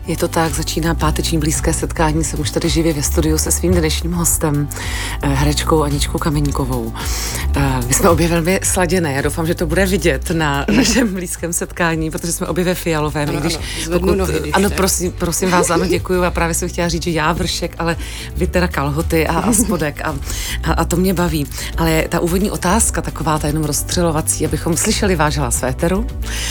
Je to tak, začíná páteční blízké setkání. Jsem už tady živě ve studiu se svým dnešním hostem, herečkou Aničkou Kameníkovou. My jsme obě velmi sladěné. Já doufám, že to bude vidět na našem blízkém setkání, protože jsme obě ve fialovém. Ano, zvednu nohy. Ano, prosím vás, ano, děkuju. A právě jsem chtěla říct, že já vršek, ale vy teda kalhoty a spodek a to mě baví. Ale ta úvodní otázka, taková ta jenom rozstřelovací, abychom slyšeli váš hlas v éteru.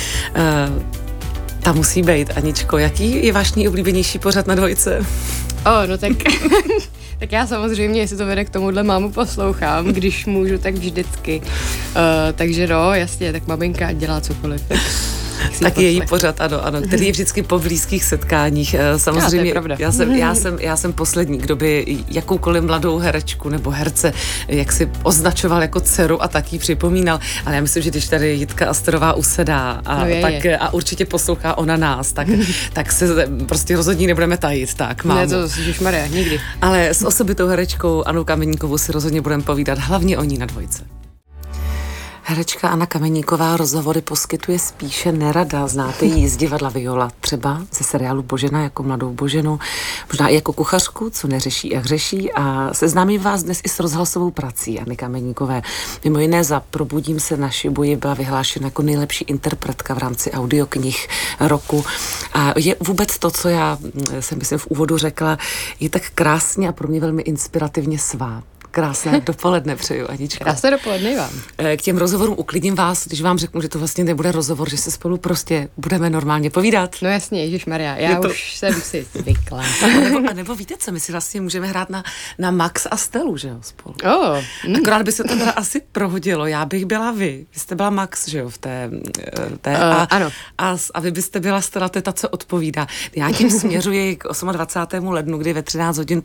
Ta musí být, Aničko. Jaký je váš nejoblíbenější pořad na Dvojce? No tak... Tak já samozřejmě, jestli to vede k tomuhle, mámu poslouchám, když můžu, tak vždycky. Takže no, jasně, tak maminka dělá cokoliv. Tak její pořad, ano, který je vždycky po blízkých setkáních. Samozřejmě, já jsem poslední, kdo by jakoukoliv mladou herečku nebo herce jak si označoval jako dceru a tak jí připomínal. Ale já myslím, že když tady Jitka Asterová usedá a určitě poslouchá ona nás, tak se prostě rozhodně nebudeme tajit. Tak, mámu. Ne, to ježišmarja, nikdy. Ale s osobitou herečkou Annou Kameníkovou si rozhodně budeme povídat, hlavně o ní na Dvojce. Herečka Anna Kameníková rozhovory poskytuje spíše nerada. Znáte ji z divadla Viola, třeba ze seriálu Božena jako mladou Boženu, možná i jako kuchařku, co neřeší a hřeší, a seznámím vás dnes i s rozhlasovou prací Anny Kameníkové. Mimo jiné za Probudím se na Šibuji byla vyhlášena jako nejlepší interpretka v rámci audioknih roku. A je vůbec to, co já jsem myslím v úvodu řekla, je tak krásně a pro mě velmi inspirativně svá. Krásné dopoledne přeju, Aničko. Krásné dopoledne vám. K těm rozhovorům uklidním vás, když vám řeknu, že to vlastně nebude rozhovor, že se spolu prostě budeme normálně povídat. No jasně, ježišmarja, já už jsem si zvykla. A nebo víte co, my si vlastně můžeme hrát na Max a Stelu, že jo, spolu. Akorát by se to teda asi prohodilo, já bych byla vy jste byla Max, že jo, v té ano. A vy byste byla Stella, to je ta, co odpovídá. Já tím směřuji k 28. lednu, kdy ve 13 hodin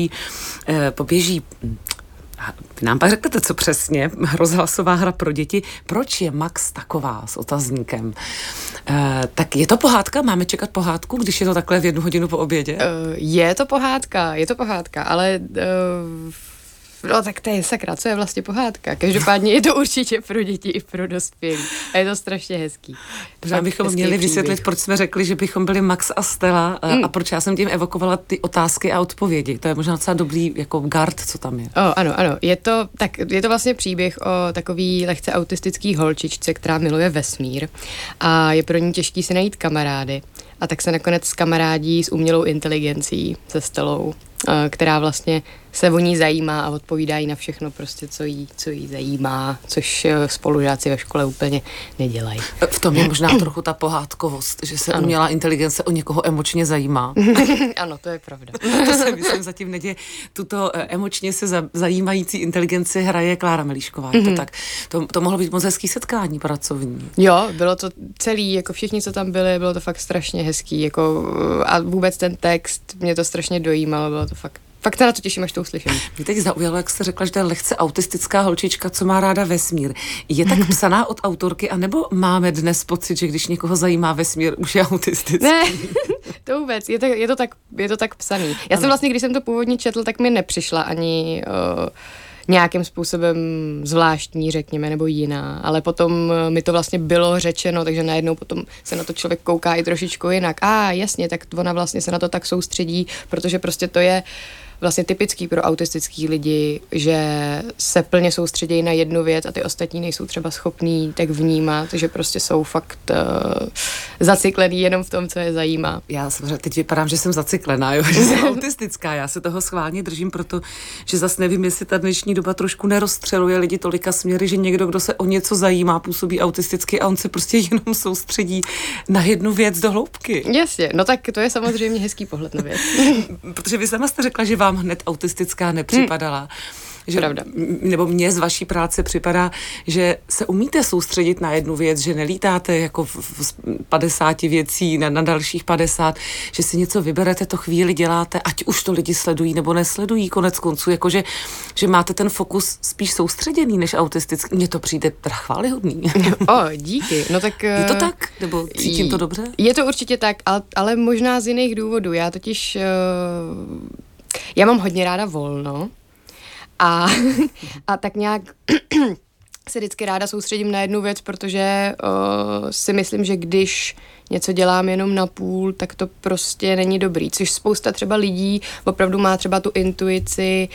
poběží vy nám pak řeknete, co přesně, rozhlasová hra pro děti. Proč je Max taková s otazníkem? Tak je to pohádka? Máme čekat pohádku, když je to takhle v 1 hodinu po obědě? Je to pohádka, ale... No tak to je sakra, co je vlastně pohádka? Každopádně je to určitě pro děti i pro dospělí. A je to strašně hezký. Možná bychom měli vysvětlit, proč jsme řekli, že bychom byli Max a Stella a proč já jsem tím evokovala ty otázky a odpovědi. To je možná docela dobrý jako gard, co tam je. Ano. Je to vlastně příběh o takový lehce autistický holčičce, která miluje vesmír a je pro ní těžký si najít kamarády. A tak se nakonec kamarádí s umělou inteligencí, se Stellou, která vlastně se o ní zajímá a odpovídá jí na všechno prostě, co jí zajímá, což spolužáci ve škole úplně nedělají. V tom je možná trochu ta pohádkovost, že se umělá inteligence o někoho emočně zajímá. Ano, to je pravda. To se myslím zatím neděje. Tuto emočně se zajímající inteligenci hraje Klára Melíšková. To mohlo být moc hezký setkání pracovní. Jo, bylo to celý, jako všichni, co tam byli, bylo to fakt strašně hezký, jako a vůbec ten text, mě to strašně dojímalo, bylo to fakt se na to těším, až to uslyším. Mě teď zaujalo, jak jste řekla, že to je lehce autistická holčička, co má ráda vesmír. Je tak psaná od autorky, anebo máme dnes pocit, že když někoho zajímá vesmír, už je autistický? Ne, to vůbec, je to tak psaný. Já jsem vlastně, když jsem to původně četl, tak mi nepřišla ani... nějakým způsobem zvláštní, řekněme, nebo jiná, ale potom mi to vlastně bylo řečeno, takže najednou potom se na to člověk kouká i trošičku jinak. Jasně, tak ona vlastně se na to tak soustředí, protože prostě to je vlastně typický pro autistický lidi, že se plně soustředí na jednu věc a ty ostatní nejsou třeba schopní tak vnímat, že prostě jsou fakt zaciklený jenom v tom, co je zajímá. Já samozřejmě teď vypadám, že jsem zaciklená, jo, že jsem autistická. Já se toho schválně držím, protože zas nevím, jestli ta dnešní doba trošku nerozstřeluje lidi tolika směry, že někdo, kdo se o něco zajímá, působí autisticky a on se prostě jenom soustředí na jednu věc do hloubky. Jasně, no tak to je samozřejmě hezký pohled na věc. Protože vy sama jste řekla, že vám hned autistická nepřipadala. Že, pravda. Nebo mně z vaší práce připadá, že se umíte soustředit na jednu věc, že nelítáte jako v 50 věcí na dalších 50, že si něco vyberete, to chvíli děláte, ať už to lidi sledují nebo nesledují, konec konců, jakože že máte ten fokus spíš soustředěný než autistický. Mně to přijde chvályhodný. Díky. No tak... Je to tak? Nebo cítím to dobře? Je to určitě tak, ale možná z jiných důvodů. Já totiž... Já mám hodně ráda volno a tak nějak se vždycky ráda soustředím na jednu věc, protože si myslím, že když něco dělám jenom na půl, tak to prostě není dobrý. Což spousta třeba lidí opravdu má třeba tu intuici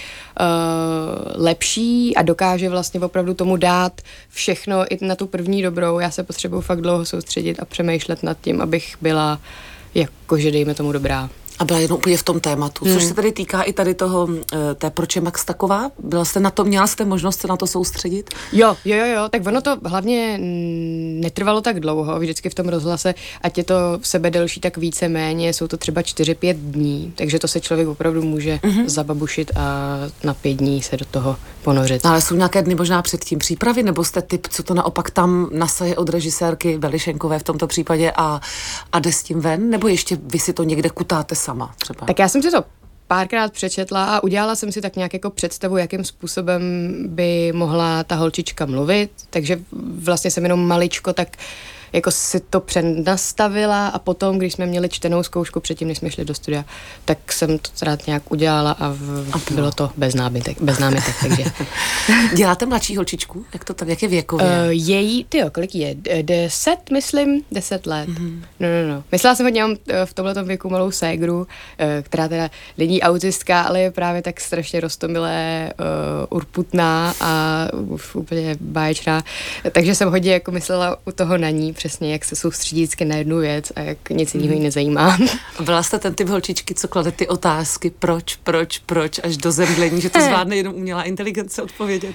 lepší a dokáže vlastně opravdu tomu dát všechno i na tu první dobrou. Já se potřebuji fakt dlouho soustředit a přemýšlet nad tím, abych byla jakože dejme tomu dobrá. A byla jenom úplně v tom tématu, což se tady týká i tady toho, proč je Max taková? Měla jste možnost se na to soustředit? Jo, tak ono to hlavně netrvalo tak dlouho, vždycky v tom rozhlase, ať je to v sebe delší, tak více méně, jsou to třeba 4-5 dní, takže to se člověk opravdu může zababušit a na 5 dní se do toho ponořit. Ale jsou nějaké dny možná předtím přípravy, nebo jste typ, co to naopak tam nasaje od režisérky Velišenkové v tomto případě a jde s tím ven, nebo ještě vy si to někde kutáte sama třeba? Tak já jsem si to párkrát přečetla a udělala jsem si tak nějak jako představu, jakým způsobem by mohla ta holčička mluvit, takže vlastně jsem jenom maličko tak jako si to přednastavila a potom, když jsme měli čtenou zkoušku předtím, než jsme šli do studia, tak jsem to rád nějak udělala a bylo to bez námitek, takže. Děláte mladší holčičku? Jak to tam, jak je věkově? Její, kolik je? 10 let. No. Myslela jsem, že mám v tomhletom věku malou ségru, která teda není autistka, ale je právě tak strašně roztomilé, urputná a úplně báječná. Takže jsem hodně jako myslela u toho na ní, přesně jak se soustředí vždycky na jednu věc a jak nic jiného jí nezajímá. Byla jste ten typ holčičky, co klade ty otázky, proč, až do zemdlení, že to zvládne jenom umělá inteligence odpovědět?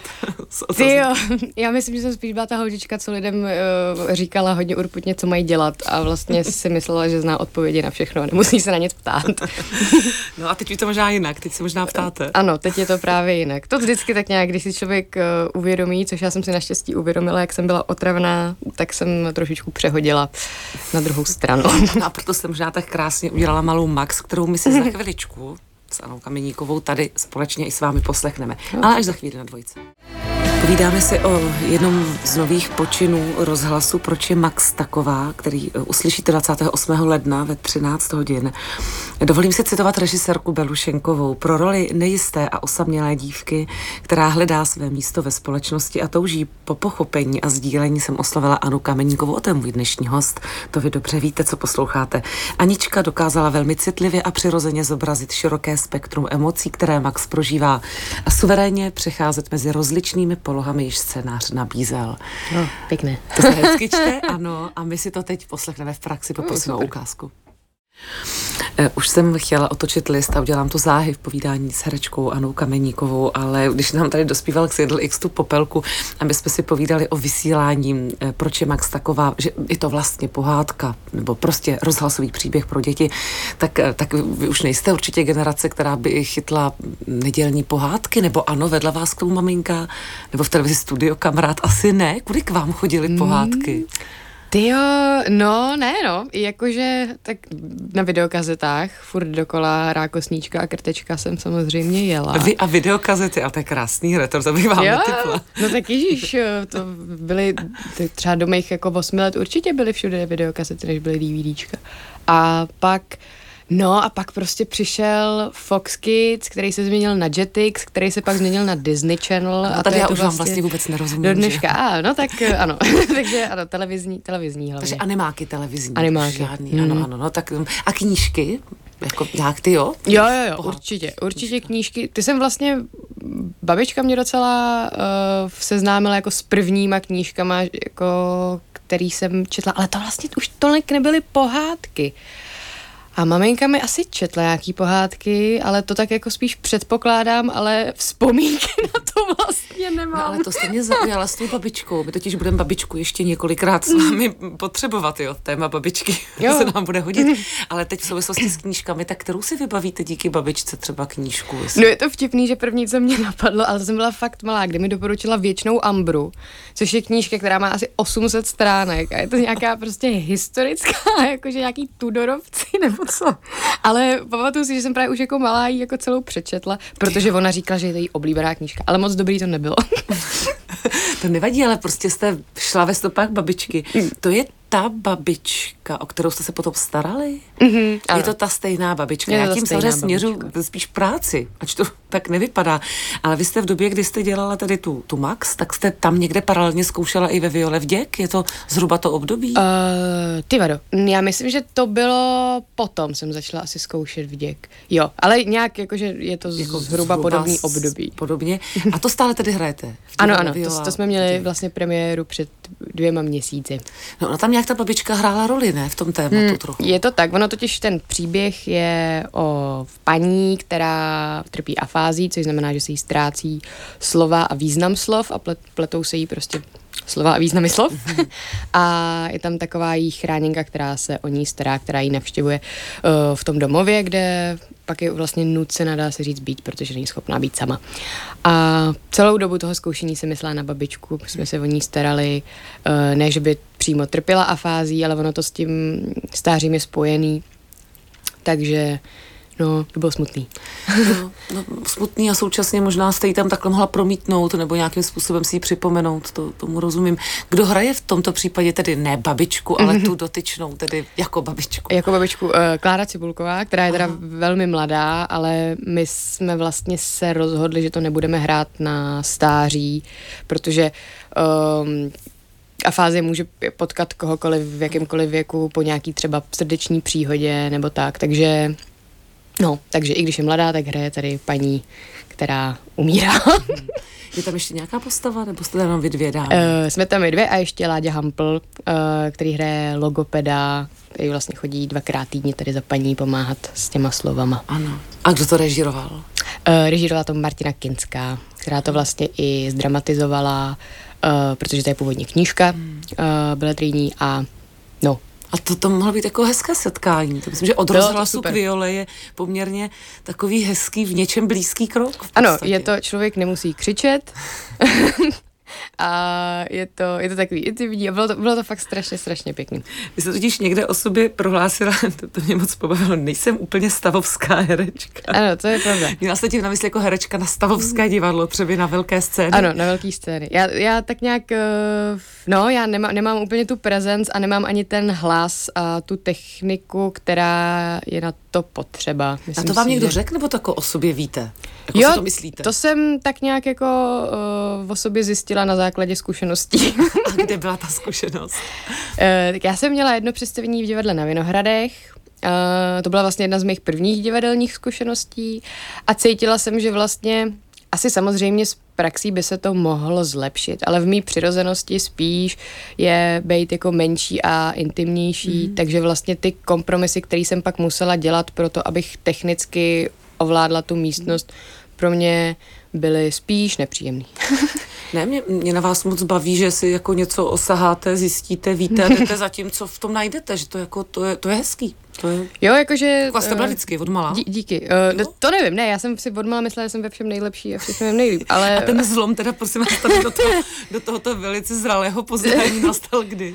Já myslím, že jsem spíš byla ta holčička, co lidem říkala hodně urputně, co mají dělat a vlastně si myslela, že zná odpovědi na všechno a nemusí se na nic ptát. No a teď je to možná jinak, teď se možná ptáte. Ano, teď je to právě jinak. To vždycky tak nějak, když si člověk uvědomí, což já jsem si naštěstí uvědomila, jak jsem byla otravná, tak jsem trošičku přehodila na druhou stranu. No a proto jsem možná tak krásně udělala malou Max, kterou my si za chviličku s Annou Kameníkovou tady společně i s vámi poslechneme. Ale až za chvíli na dvojce. Povídáme si o jednom z nových počinů rozhlasu Proč je Max taková, který uslyšíte 28. ledna ve 13 hodin. Dovolím si citovat režisérku Belušenkovou. Pro roli nejisté a osamělé dívky, která hledá své místo ve společnosti a touží po pochopení a sdílení, jsem oslovila Annu Kameníkovou. O tom můj dnešní host. To vy dobře víte, co posloucháte. Anička dokázala velmi citlivě a přirozeně zobrazit široké spektrum emocí, které Max prožívá a suverénně přecházet mezi rozličnými polohami, již scénář nabízel. No, pěkné. To se hezky čte, ano, a my si to teď poslechneme v praxi, poprosím o ukázku. Už jsem chtěla otočit list a udělám to záhy v povídání s herečkou Annou Kameníkovou, ale když nám tady dospíval Xindl X tu popelku a my jsme si povídali o vysílání, proč je Max taková, že je to vlastně pohádka, nebo prostě rozhlasový příběh pro děti, tak vy už nejste určitě generace, která by chytla nedělní pohádky, nebo ano, vedla vás k tomu maminka, nebo v televizi Studio kamarád, asi ne, kudy k vám chodily pohádky? Jakože tak na videokazetách furt dokola Rákosníčka a Krtečka jsem samozřejmě jela. Vy a videokazety, a to je krásný retro, to bych vám netypla. No tak ježíš, to byly třeba do mých jako 8 let určitě byly všude videokazety, než byly DVDčka. A pak prostě přišel Fox Kids, který se změnil na Jetix, který se pak změnil na Disney Channel. A tady já už vám vlastně vůbec nerozumím. Do dneška, tak ano. Takže ano, televizní hlavně. Takže animáky televizní. Animáky. Žádný, ano, no tak a knížky? Jako jak ty, jo? Jo, určitě knížky. Ty jsem vlastně, babička mě docela seznámila jako s prvníma knížkama, jako, který jsem četla, ale to vlastně už tolik nebyly pohádky. A maminka mi asi četla nějaký pohádky, ale to tak jako spíš předpokládám, ale vzpomínky na to vlastně nemám. No, ale to jste mě zaujala s tou babičkou. My totiž budeme babičku ještě několikrát s vámi potřebovat, téma babičky se nám bude hodit. Ale teď v souvislosti s knížkami, tak kterou si vybavíte díky babičce třeba knížku? No je to vtipný, že první, co mě napadlo, ale to jsem byla fakt malá, kdy mi doporučila Věčnou Ambru, což je knížka, která má asi 800 stránek a je to nějaká prostě historická, jakože nějaký Tudorovci nebo co. Ale pamatuju si, že jsem právě už jako malá jí jako celou přečetla, protože ona říkala, že je to její oblíbená knížka, ale moc dobrý to nebylo. To nevadí, ale prostě jste šla ve stopách babičky. To je ta babička, o kterou jste se potom starali? Je to ta stejná babička. Je Já to tím stejná samozřejmě směřu spíš práci, ač to tak nevypadá. Ale vy jste v době, kdy jste dělala tady tu Max, tak jste tam někde paralelně zkoušela i ve viole vděk? Je to zhruba to období? Ty vado, já myslím, že to bylo potom jsem začala asi zkoušet vděk. Jo, ale nějak jakože je to jako zhruba podobný období. Podobně. A to stále tedy hrajete? Ano, to jsme měli vlastně premiéru před 2 měsíci. No, ona tam nějak ta babička hrála roli, ne? V tom tématu trochu. Je to tak, ono totiž ten příběh je o paní, která trpí afází, což znamená, že se jí ztrácí slova a význam slov a pletou se jí prostě slova a významy slov. A je tam taková jí chráněnka, která se o ní stará, která ji navštěvuje v tom domově, kde pak je vlastně nucena, dá se říct, být, protože není schopná být sama. A celou dobu toho zkoušení se myslela na babičku, jsme se o ní starali, ne, že by přímo trpěla afází, ale ono to s tím stářím je spojený. Takže no, to bylo smutný. No, smutný a současně možná jste ji tam takhle mohla promítnout nebo nějakým způsobem si ji připomenout, tomu rozumím. Kdo hraje v tomto případě tedy ne babičku, ale tu dotyčnou, tedy jako babičku? Jako babičku Klára Cibulková, která je teda velmi mladá, ale my jsme vlastně se rozhodli, že to nebudeme hrát na stáří, protože afázie může potkat kohokoliv v jakémkoliv věku po nějaký třeba srdeční příhodě nebo tak, takže i když je mladá, tak hraje tady paní, která umírá. Je tam ještě nějaká postava, nebo jste tam vy dvě dámy? Jsme tam my dvě a ještě Láďa Hampl, který hraje logopeda, který vlastně chodí 2krát týdně tady za paní pomáhat s těma slovama. Ano. A kdo to režíroval? Režírovala to Martina Kinská, která to vlastně i zdramatizovala, protože to je původně knížka beletrijní a no. A to mohlo být jako hezké setkání. To myslím, že od rozhlasu k viole je poměrně takový hezký, v něčem blízký krok. Ano, je to, člověk nemusí křičet a je to takový intimní a bylo to fakt strašně pěkný. Vy jste totiž někde o sobě prohlásila, to mě moc pobavilo, nejsem úplně stavovská herečka. Ano, to je pravda. Měla jste tím na mysli jako herečka na stavovské divadlo, třeba na velké scény? Ano, na velké scény. Já tak nějak, já nemám úplně tu prezenc a nemám ani ten hlas a tu techniku, která je na to potřeba. Myslím a to vám někdo řekl, nebo to jako o sobě víte? Jako jo, si to myslíte? To jsem tak nějak jako o sobě zjistila na základě zkušeností. A kde byla ta zkušenost? Tak já jsem měla jedno představení v divadle na Vinohradech. To byla vlastně jedna z mých prvních divadelních zkušeností a cítila jsem, že vlastně asi samozřejmě s praxí by se to mohlo zlepšit, ale v mý přirozenosti spíš je být jako menší a intimnější, takže vlastně ty kompromisy, které jsem pak musela dělat pro to, abych technicky ovládla tu místnost, pro mě byly spíš nepříjemný. Ne, mě na vás moc baví, že si jako něco osaháte, zjistíte, víte a jdete za tím, co v tom najdete, že to je hezký. Jo, jakože... Jako jste byla vždycky odmala. Díky. To nevím, ne, já jsem si odmala myslela, že jsem ve všem nejlepší a všechno nejlíp, ale... A ten zlom teda, prosím vás, tady do tohoto velice zralého poznání nastal kdy?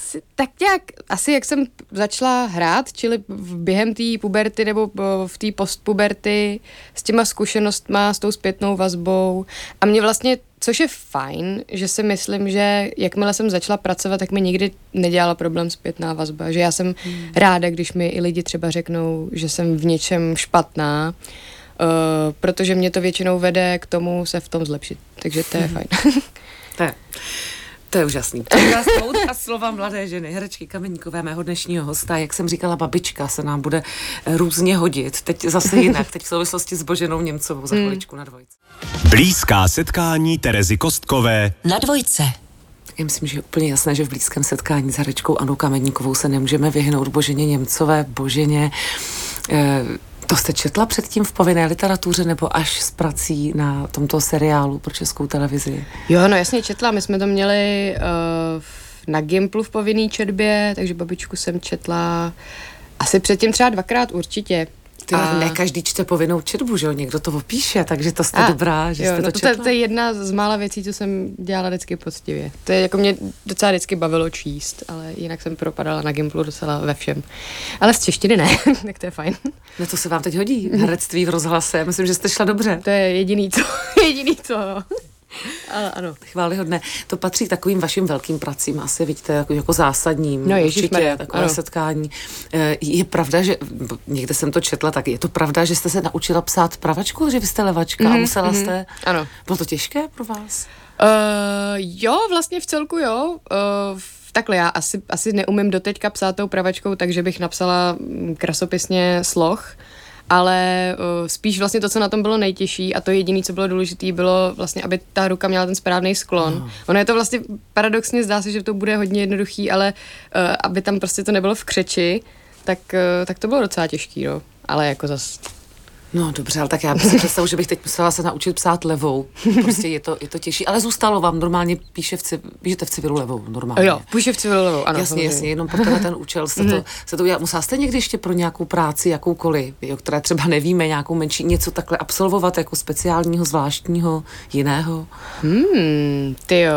Asi jak jsem začala hrát, čili během té puberty nebo v té postpuberty s těma zkušenostma, s tou zpětnou vazbou a mě vlastně, což je fajn, že si myslím, že jakmile jsem začala pracovat, tak mi nikdy nedělala problém zpětná vazba, že já jsem ráda, když mi i lidi třeba řeknou, že jsem v něčem špatná, protože mě to většinou vede k tomu se v tom zlepšit, takže to je fajn. To je úžasný. A slova mladé ženy, herečky Kameníkové, mého dnešního hosta, jak jsem říkala, babička se nám bude různě hodit. Teď zase jinak, teď v souvislosti s Boženou Němcovou za chviličku na Dvojce. Blízká setkání Terezy Kostkové na Dvojce. Já myslím, že je úplně jasné, že v blízkém setkání s herečkou Annou Kameníkovou se nemůžeme vyhnout Boženě Němcové. Boženě, to jste četla předtím v povinné literatuře nebo až s prací na tomto seriálu pro Českou televizi? Jo, no jasně četla. My jsme to měli na Gimplu v povinný četbě, takže babičku jsem četla asi předtím třeba 2krát určitě. Ne každý čte povinnou četbu, že jo? Někdo to opíše, takže to jste dobrá, že jste to četla. To je jedna z mála věcí, co jsem dělala vždycky poctivě. To je jako mě docela vždycky bavilo číst, ale jinak jsem propadala na Gimplu docela ve všem. Ale z češtiny ne, tak to je fajn. No to se vám teď hodí, herectví v rozhlase, myslím, že jste šla dobře. To je jediný co. Ale ano. Chvályhodné. To patří takovým vašim velkým pracím, asi vidíte, jako zásadním. No, určitě takové setkání. Je pravda, že někde jsem to četla, tak je to pravda, že jste se naučila psát pravačku, že vy jste levačka a musela jste? Ano. Bylo to těžké pro vás? Jo, vlastně v celku jo. Takhle, já asi neumím doteďka psát tou pravačkou, takže bych napsala krasopisně sloh, ale spíš vlastně to, co na tom bylo nejtěžší a to jediné, co bylo důležité, bylo vlastně, aby ta ruka měla ten správný sklon. Ono je to vlastně paradoxně, zdá se, že to bude hodně jednoduchý, ale aby tam prostě to nebylo v křeči, tak to bylo docela těžký, no. Ale jako zas... No dobře, ale tak já bych si představu, že bych teď musela se naučit psát levou. Prostě je to těžší, ale zůstalo vám normálně píšete v civilu levou normálně. Jo, píše v civilu levou, ano. Jasně, jenom pro ten účel se to udělat. Musela jste někdy ještě pro nějakou práci, jakoukoliv, o které třeba nevíme, nějakou menší, něco takhle absolvovat jako speciálního, zvláštního, jiného? Tyjo.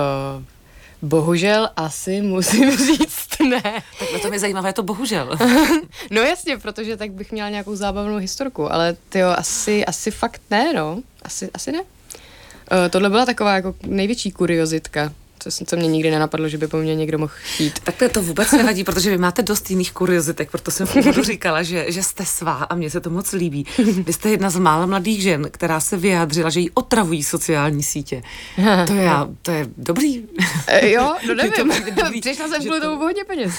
Bohužel asi musím říct ne. Tak to mě zajímavé, to bohužel. No jasně, protože tak bych měla nějakou zábavnou historku, ale tyjo, asi fakt ne, no. Asi ne. Tohle byla taková jako největší kuriozitka, co mě nikdy nenapadlo, že by po mně někdo mohl chtít. Tak to vůbec nevadí, protože vy máte dost jiných kuriozitek, proto jsem v úvodu říkala, že jste svá a mně se to moc líbí. Vy jste jedna z mála mladých žen, která se vyjádřila, že jí otravují sociální sítě. To je dobrý. Jo, no nevím. Přišla jsem kvůli tomu hodně peněz.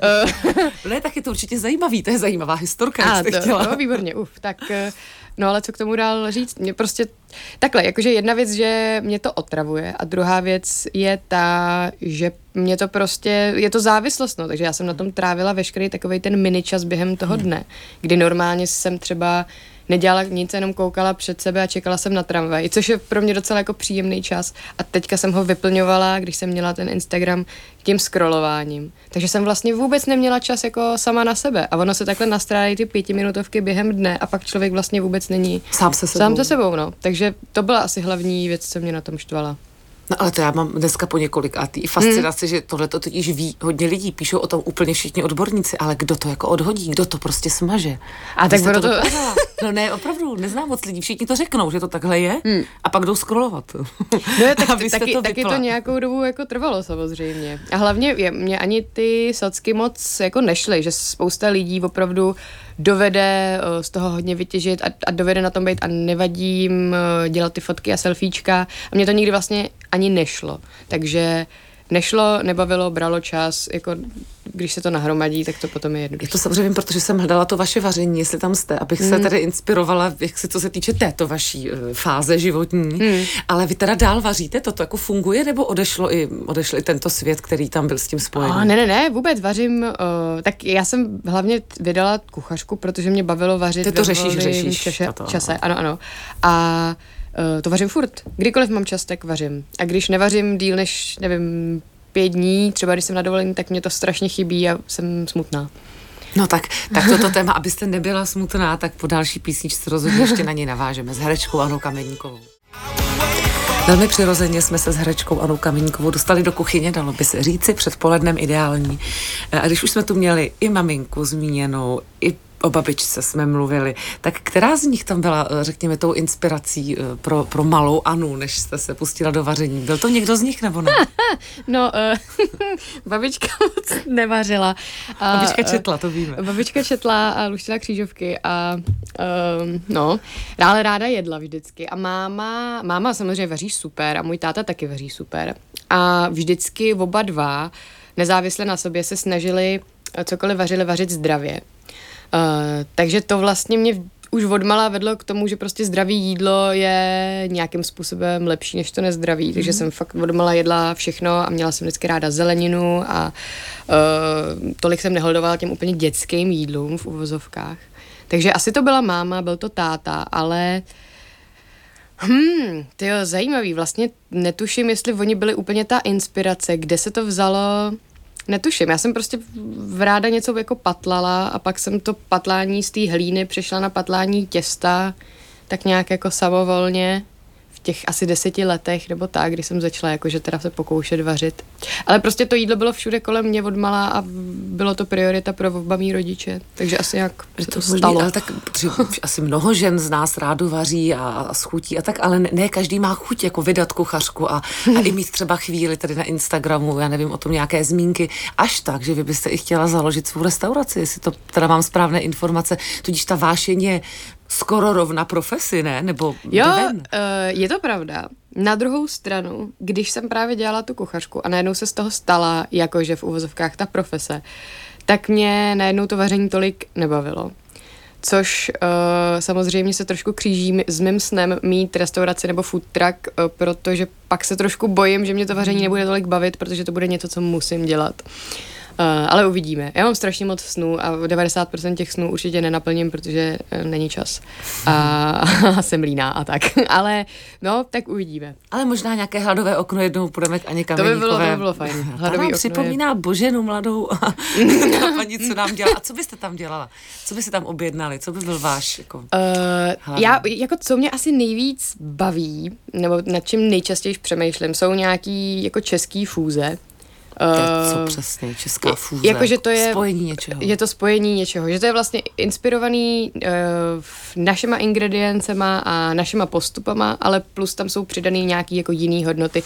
Ne, tak je to určitě zajímavý, to je zajímavá historka, jak jste chtěla. No, výborně, tak... No ale co k tomu dál říct? Mě prostě takhle, jakože jedna věc, že mě to otravuje a druhá věc je ta, že mě to prostě, je to závislost, no, takže já jsem na tom trávila veškerý takovej ten miničas během toho dne, kdy normálně jsem třeba nedělala nic, jenom koukala před sebe a čekala jsem na tramvaj, což je pro mě docela jako příjemný čas a teďka jsem ho vyplňovala, když jsem měla ten Instagram tím scrollováním. Takže jsem vlastně vůbec neměla čas jako sama na sebe a ono se takhle nastrádají ty 5minutovky během dne a pak člověk vlastně vůbec není sám se sebou, no. Takže to byla asi hlavní věc, co mě na tom štvala. No ale to já mám dneska po několikátý fascinaci, že tohle to totiž ví hodně lidí, píšou o tom úplně všichni odborníci, ale kdo to jako odhodí, kdo to prostě smaže. A tak proto... No ne, opravdu, neznám moc lidí, všichni to řeknou, že to takhle je a pak jdou scrollovat. No je, taky to nějakou dobu jako trvalo samozřejmě. A hlavně mě ani ty socky moc jako nešly, že spousta lidí opravdu dovede z toho hodně vytěžit a dovede na tom být a nevadí jim dělat ty fotky a selfiečka a mě to nikdy vlastně ani nešlo. Takže nešlo, nebavilo, bralo čas, jako když se to nahromadí, tak to potom je jednoduché. Je to samozřejmě, protože jsem hledala to vaše vaření, jestli tam jste, abych se tady inspirovala, jak se co se týče této vaší fáze životní. Ale vy teda dál vaříte? To jako funguje, nebo odešl i tento svět, který tam byl s tím spojený? Ne, vůbec vařím. Tak já jsem hlavně vydala kuchařku, protože mě bavilo vařit. Ty to řešíš čase. Ano. A to vařím furt. Kdykoliv mám čas, tak vařím. A když nevařím díl než, nevím, 5 dní, třeba když jsem na dovolení, tak mě to strašně chybí a jsem smutná. No tak toto téma, abyste nebyla smutná, tak po další písničce rozhodně ještě na něj navážeme s herečkou Annou Kameníkovou. Velmi přirozeně jsme se s herečkou Annou Kameníkovou dostali do kuchyně, dalo by se říci, předpolednem ideální. A když už jsme tu měli i maminku zmíněnou, i o babičce jsme mluvili, tak která z nich tam byla, řekněme, tou inspirací pro malou Anu, než jste se pustila do vaření? Byl to někdo z nich, nebo ne? No, babička moc nevařila. Babička četla, to víme. Babička četla a luštila křížovky a ale ráda jedla vždycky. A máma samozřejmě vaří super a můj táta taky vaří super. A vždycky oba dva, nezávisle na sobě, se snažili cokoliv vařit zdravě. Takže to vlastně mě už odmala vedlo k tomu, že prostě zdravý jídlo je nějakým způsobem lepší než to nezdravý, takže jsem fakt odmala jedla všechno a měla jsem vždycky ráda zeleninu a tolik jsem neholdovala těm úplně dětským jídlům v uvozovkách. Takže asi to byla máma, byl to táta, ale tyjo, zajímavý, vlastně netuším, jestli oni byli úplně ta inspirace, kde se to vzalo. Netuším, já jsem prostě ráda něco jako patlala a pak jsem to patlání z té hlíny přešla na patlání těsta tak nějak jako samovolně v těch asi 10 letech nebo tak, kdy jsem začala jakože teda se pokoušet vařit. Ale prostě to jídlo bylo všude kolem mě odmala a bylo to priorita pro oba mý rodiče, takže asi jak se to stalo. Ale tak asi mnoho žen z nás rádo vaří a schutí a tak, ale ne každý má chuť jako vydat kuchařku a i mít třeba chvíli tady na Instagramu, já nevím, o tom nějaké zmínky, až tak, že vy byste i chtěla založit svou restauraci, jestli to teda mám správné informace, tudíž ta vášeň je skoro rovna profesi, ne? Nebo jo, je to pravda. Na druhou stranu, když jsem právě dělala tu kuchařku a najednou se z toho stala, jakože v uvozovkách ta profese, tak mě najednou to vaření tolik nebavilo. Což samozřejmě se trošku kříží s mým snem mít restauraci nebo food truck, protože pak se trošku bojím, že mě to vaření nebude tolik bavit, protože to bude něco, co musím dělat. Ale uvidíme. Já mám strašně moc snů a 90% těch snů určitě nenaplním, protože není čas. A jsem líná a tak. Ale no, tak uvidíme. Ale možná nějaké hladové okno jednou půjdeme k Aně Kameníkové. To by bylo fajn. Hladový okno připomíná Boženu mladou a paní, co nám dělala. A co byste tam dělala? Co byste tam objednali? Co by byl váš jako co mě asi nejvíc baví, nebo nad čím nejčastěji přemýšlím, jsou nějaký jako český fůze. Co přesně, česká fúze? Jakože to je spojení něčeho. Je to spojení něčeho, že to je vlastně inspirovaný našima ingrediencema a našima postupama, ale plus tam jsou přidaný nějaký jako jiný hodnoty,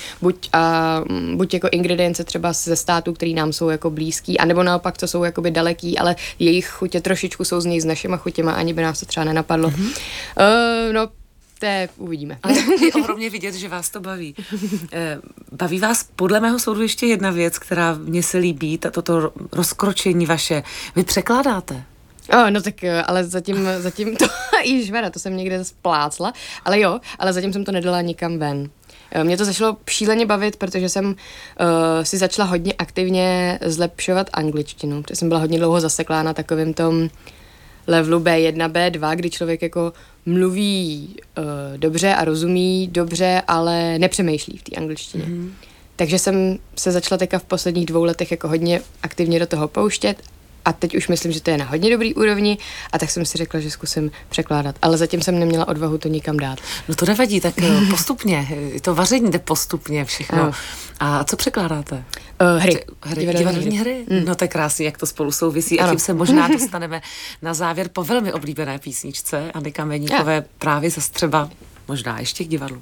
buď jako ingredience třeba ze států, který nám jsou jako blízký, anebo naopak, co jsou jakoby daleký, ale jejich chutě trošičku jsou z něj s našima chutěma, ani by nás to třeba nenapadlo. No, to uvidíme. Ale je ohromně vidět, že vás to baví. Baví vás podle mého soudu ještě jedna věc, která mně se líbí, toto rozkročení vaše. Vy překládáte? No tak, ale zatím to, ježmera, to jsem někde splácla, ale jo, ale zatím jsem to nedala nikam ven. Mě to začalo šíleně bavit, protože jsem si začala hodně aktivně zlepšovat angličtinu, protože jsem byla hodně dlouho zaseklá na takovém tom levelu B1, B2, kdy člověk jako mluví dobře a rozumí dobře, ale nepřemýšlí v té angličtině. Takže jsem se začala teďka v posledních 2 letech jako hodně aktivně do toho pouštět a teď už myslím, že to je na hodně dobrý úrovni a tak jsem si řekla, že zkusím překládat, ale zatím jsem neměla odvahu to nikam dát. No to nevadí, tak postupně, to vaření jde postupně všechno. No. A co překládáte? Hry. Divadelní hry? No to je krásný, jak to spolu souvisí. A tím se možná dostaneme na závěr po velmi oblíbené písničce Anny Kameníkové právě zase třeba možná ještě k divadlu.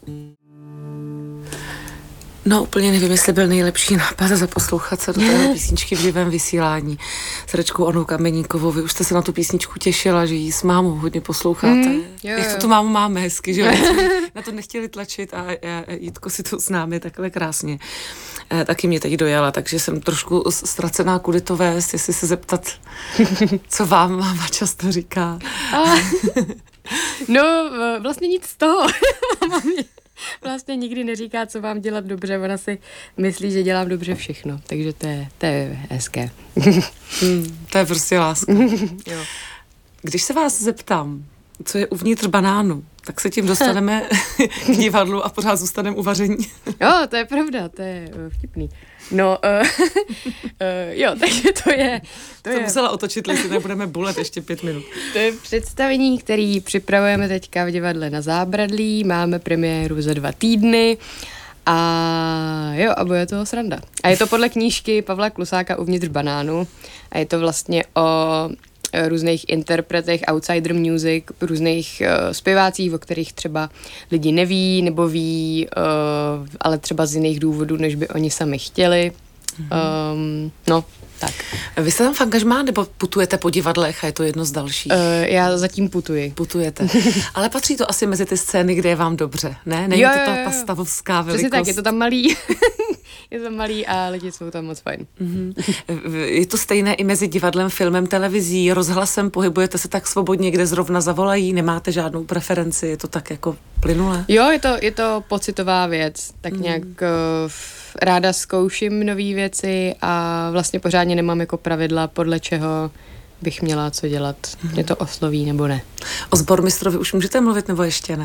No úplně nevím, jestli byl nejlepší nápad zaposlouchat se do té písničky v živém vysílání s Herečkou Annou Kameníkovou. Vy už jste se na tu písničku těšila, že ji s mámou hodně posloucháte. Jak to tu mámu máme hezky, že na to nechtěli tlačit a Jitko si to s námi takhle krásně. Taky mě teď dojala, takže jsem trošku ztracená, kudy to vést, jestli se zeptat, co vám máma často říká. No, vlastně nic z toho. Vlastně nikdy neříká, co vám dělat dobře, ona si myslí, že dělám dobře všechno, takže to je hezké. To je prostě láska. Jo. Když se vás zeptám, co je uvnitř banánu, tak se tím dostaneme k divadlu a pořád zůstaneme u vaření. Jo, to je pravda, to je vtipný. No, jo, takže to je... To musela otočit, jestli nebudeme bulet ještě 5 minut. To je představení, který připravujeme teďka v divadle Na Zábradlí, máme premiéru za 2 týdny a jo, a bude to sranda. A je to podle knížky Pavla Klusáka Uvnitř banánu a je to vlastně o různých interpretech, outsider music, různých zpěvácích, o kterých třeba lidi neví nebo ví, ale třeba z jiných důvodů, než by oni sami chtěli. No, tak. Vy jste tam v angažmá, nebo putujete po divadlech a je to jedno z dalších? Já zatím putuji. Putujete. Ale patří to asi mezi ty scény, kde je vám dobře, ne? Není to ta stavovská velikost? Přesně tak, je to tam malý. Je to malý a lidi jsou tam moc fajn. Je to stejné i mezi divadlem, filmem, televizí, rozhlasem, pohybujete se tak svobodně, kde zrovna zavolají, nemáte žádnou preferenci, je to tak jako plynulé? Jo, je to pocitová věc, tak nějak ráda zkouším nové věci a vlastně pořádně nemám jako pravidla, podle čeho bych měla co dělat. Mě to osloví nebo ne. O Sbormistrovi už můžete mluvit nebo ještě ne?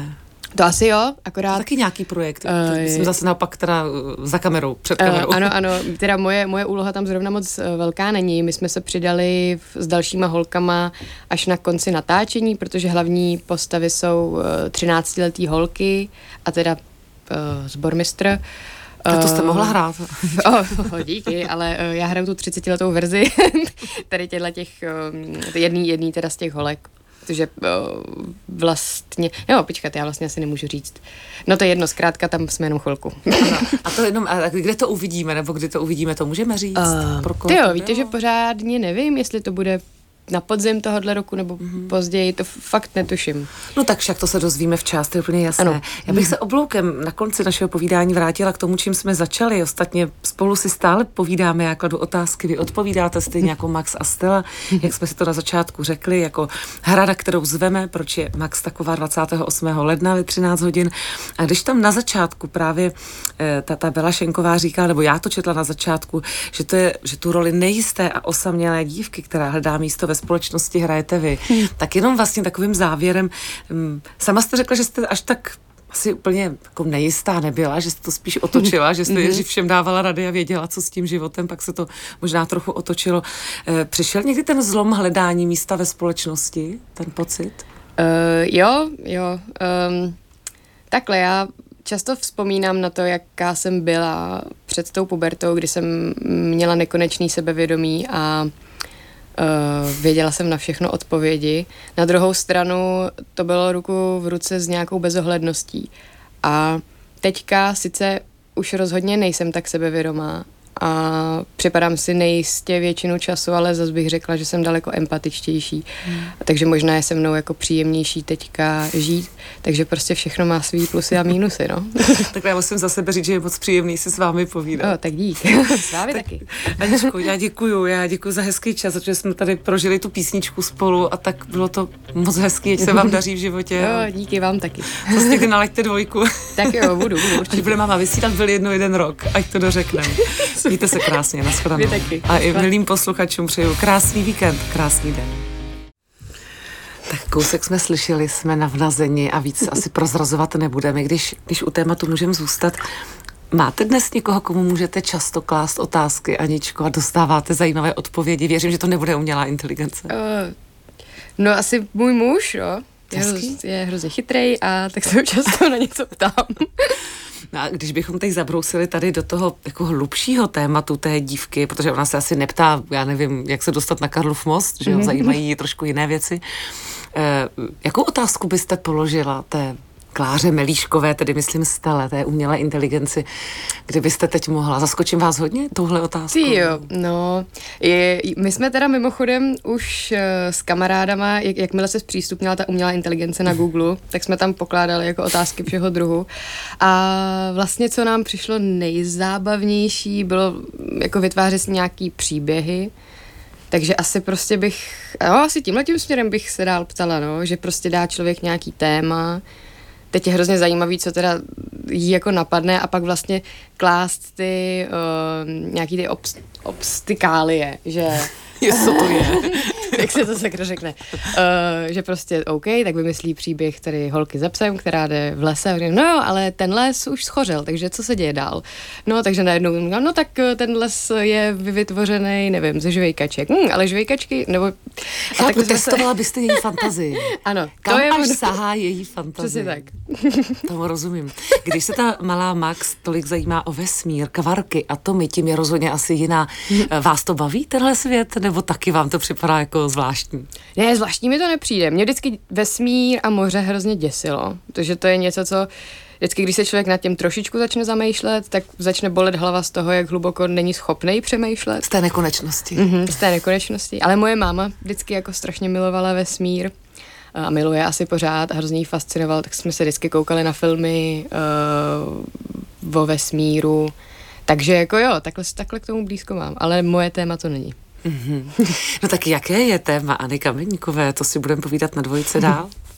To asi jo, akorát... Taky nějaký projekt. Jsem zase naopak teda za kamerou, před kamerou. Ano, teda moje úloha tam zrovna moc velká není. My jsme se přidali s dalšíma holkama až na konci natáčení, protože hlavní postavy jsou 13letý holky a teda sbormistr. A to jste mohla hrát. Díky, ale já hraju tu 30letou verzi tady těch jedný teda z těch holek. Protože vlastně, počkat, já vlastně asi nemůžu říct. No to je jedno, zkrátka tam jsme jenom chvilku. Ano. A to jenom, a kde to uvidíme, nebo kdy to uvidíme, to můžeme říct? Víte, že pořádně nevím, jestli to bude na podzim tohohle roku nebo později, to fakt netuším. No tak však to se dozvíme včas, to je úplně jasné. Ano. Já bych se obloukem na konci našeho povídání vrátila k tomu, čím jsme začali. Ostatně spolu si stále povídáme, já kladu otázky, vy odpovídáte stejně jako Max a Stella, jak jsme si to na začátku řekli, jako hrada, kterou zveme, proč je Max taková 28. ledna ve 13 hodin. A když tam na začátku právě ta Bela Šenková říká, nebo já to četla na začátku, že tu roli nejisté a osamělé dívky, která hledá místo ve společnosti, hrajete vy. Tak jenom vlastně takovým závěrem, sama jste řekla, že jste až tak asi úplně jako nejistá nebyla, že jste to spíš otočila, že jste nejdřív všem dávala rady a věděla, co s tím životem, pak se to možná trochu otočilo. Přišel někdy ten zlom hledání místa ve společnosti, ten pocit? Jo. Takhle, já často vzpomínám na to, jaká jsem byla před tou pubertou, kdy jsem měla nekonečný sebevědomí a věděla jsem na všechno odpovědi. Na druhou stranu to bylo ruku v ruce s nějakou bezohledností. A teďka sice už rozhodně nejsem tak sebevědomá a připadám si nejistě většinu času, ale zase bych řekla, že jsem daleko empatičtější. Takže možná je se mnou jako příjemnější teďka žít. Takže prostě všechno má svý plusy a mínusy, no. Tak já musím za sebe říct, že je moc příjemný si s vámi povídat. Tak dík. S vámi taky. Aničko, já děkuju za hezký čas, protože jsme tady prožili tu písničku spolu a tak bylo to moc hezký, ať se vám daří v životě. Díky vám taky. Zase někdy nalaďte 2. Tak jo, budu určitě. Až bude máma vysílat, byl jeden rok, ať to dořekneme. Mějte se krásně, nashledanou. Vy taky. A i milým posluchačům přeju krásný víkend, krásný den. Tak kousek jsme slyšeli, jsme navnazeni a víc asi prozrazovat nebudeme, když u tématu můžeme zůstat. Máte dnes někoho, komu můžete často klást otázky, Aničko, a dostáváte zajímavé odpovědi? Věřím, že to nebude umělá inteligence. No asi můj muž, jo. Je hrozně chytrej a tak se často na něco ptám. No a když bychom teď zabrousili tady do toho jako hlubšího tématu té dívky, protože ona se asi neptá, já nevím, jak se dostat na Karlův most, že jo, zajímají ji trošku jiné věci. Jakou otázku byste položila té Kláře Melíškové, tedy myslím Stele, té umělé inteligenci, kdybyste teď mohla? Zaskočím vás hodně touhle otázkou? Jo, no. My jsme teda mimochodem už s kamarádama, jakmile se zpřístupnila ta umělá inteligence na Google, tak jsme tam pokládali jako otázky všeho druhu. A vlastně, co nám přišlo nejzábavnější, bylo jako vytvářet si nějaký příběhy. Takže asi prostě asi tímhletím směrem bych se dál ptala, no, že prostě dá člověk nějaký téma. Teď je hrozně zajímavý, co teda jí jako napadne a pak vlastně klást ty nějaký ty obstykálie, že... Co to je? Jak se to sakra řekne? Že prostě OK, tak vymyslí příběh tady holky ze psem, která jde v lese. No jo, ale ten les už schořel, takže co se děje dál? No, takže najednou, no tak ten les je vytvořený, nevím, ze žvejkaček. Ale žvejkačky, nebo... A tak testovala byste její fantazii. Ano. Kam to je až sahá její fantazie. Přesně tak. Tomu rozumím. Když se ta malá Max tolik zajímá o vesmír, kvarky, atomy, tím je rozhodně asi jiná. Vás to baví, tenhle svět? Nebo taky vám to připadá jako zvláštní? Ne, zvláštní mi to nepřijde. Mě vždycky vesmír a moře hrozně děsilo. Protože to je něco, co vždycky, když se člověk nad tím trošičku začne zamýšlet, tak začne bolet hlava z toho, jak hluboko není schopnej přemýšlet. Z té nekonečnosti. Z té nekonečnosti. Ale moje máma vždycky jako strašně milovala vesmír a miluje asi pořád a hrozně jí fascinoval, tak jsme se vždycky koukali na filmy o vesmíru. Takže jako jo, takhle k tomu blízko mám. Ale moje téma to není. No tak jaké je téma Anny Kameníkové? To si budeme povídat na dvojce dál.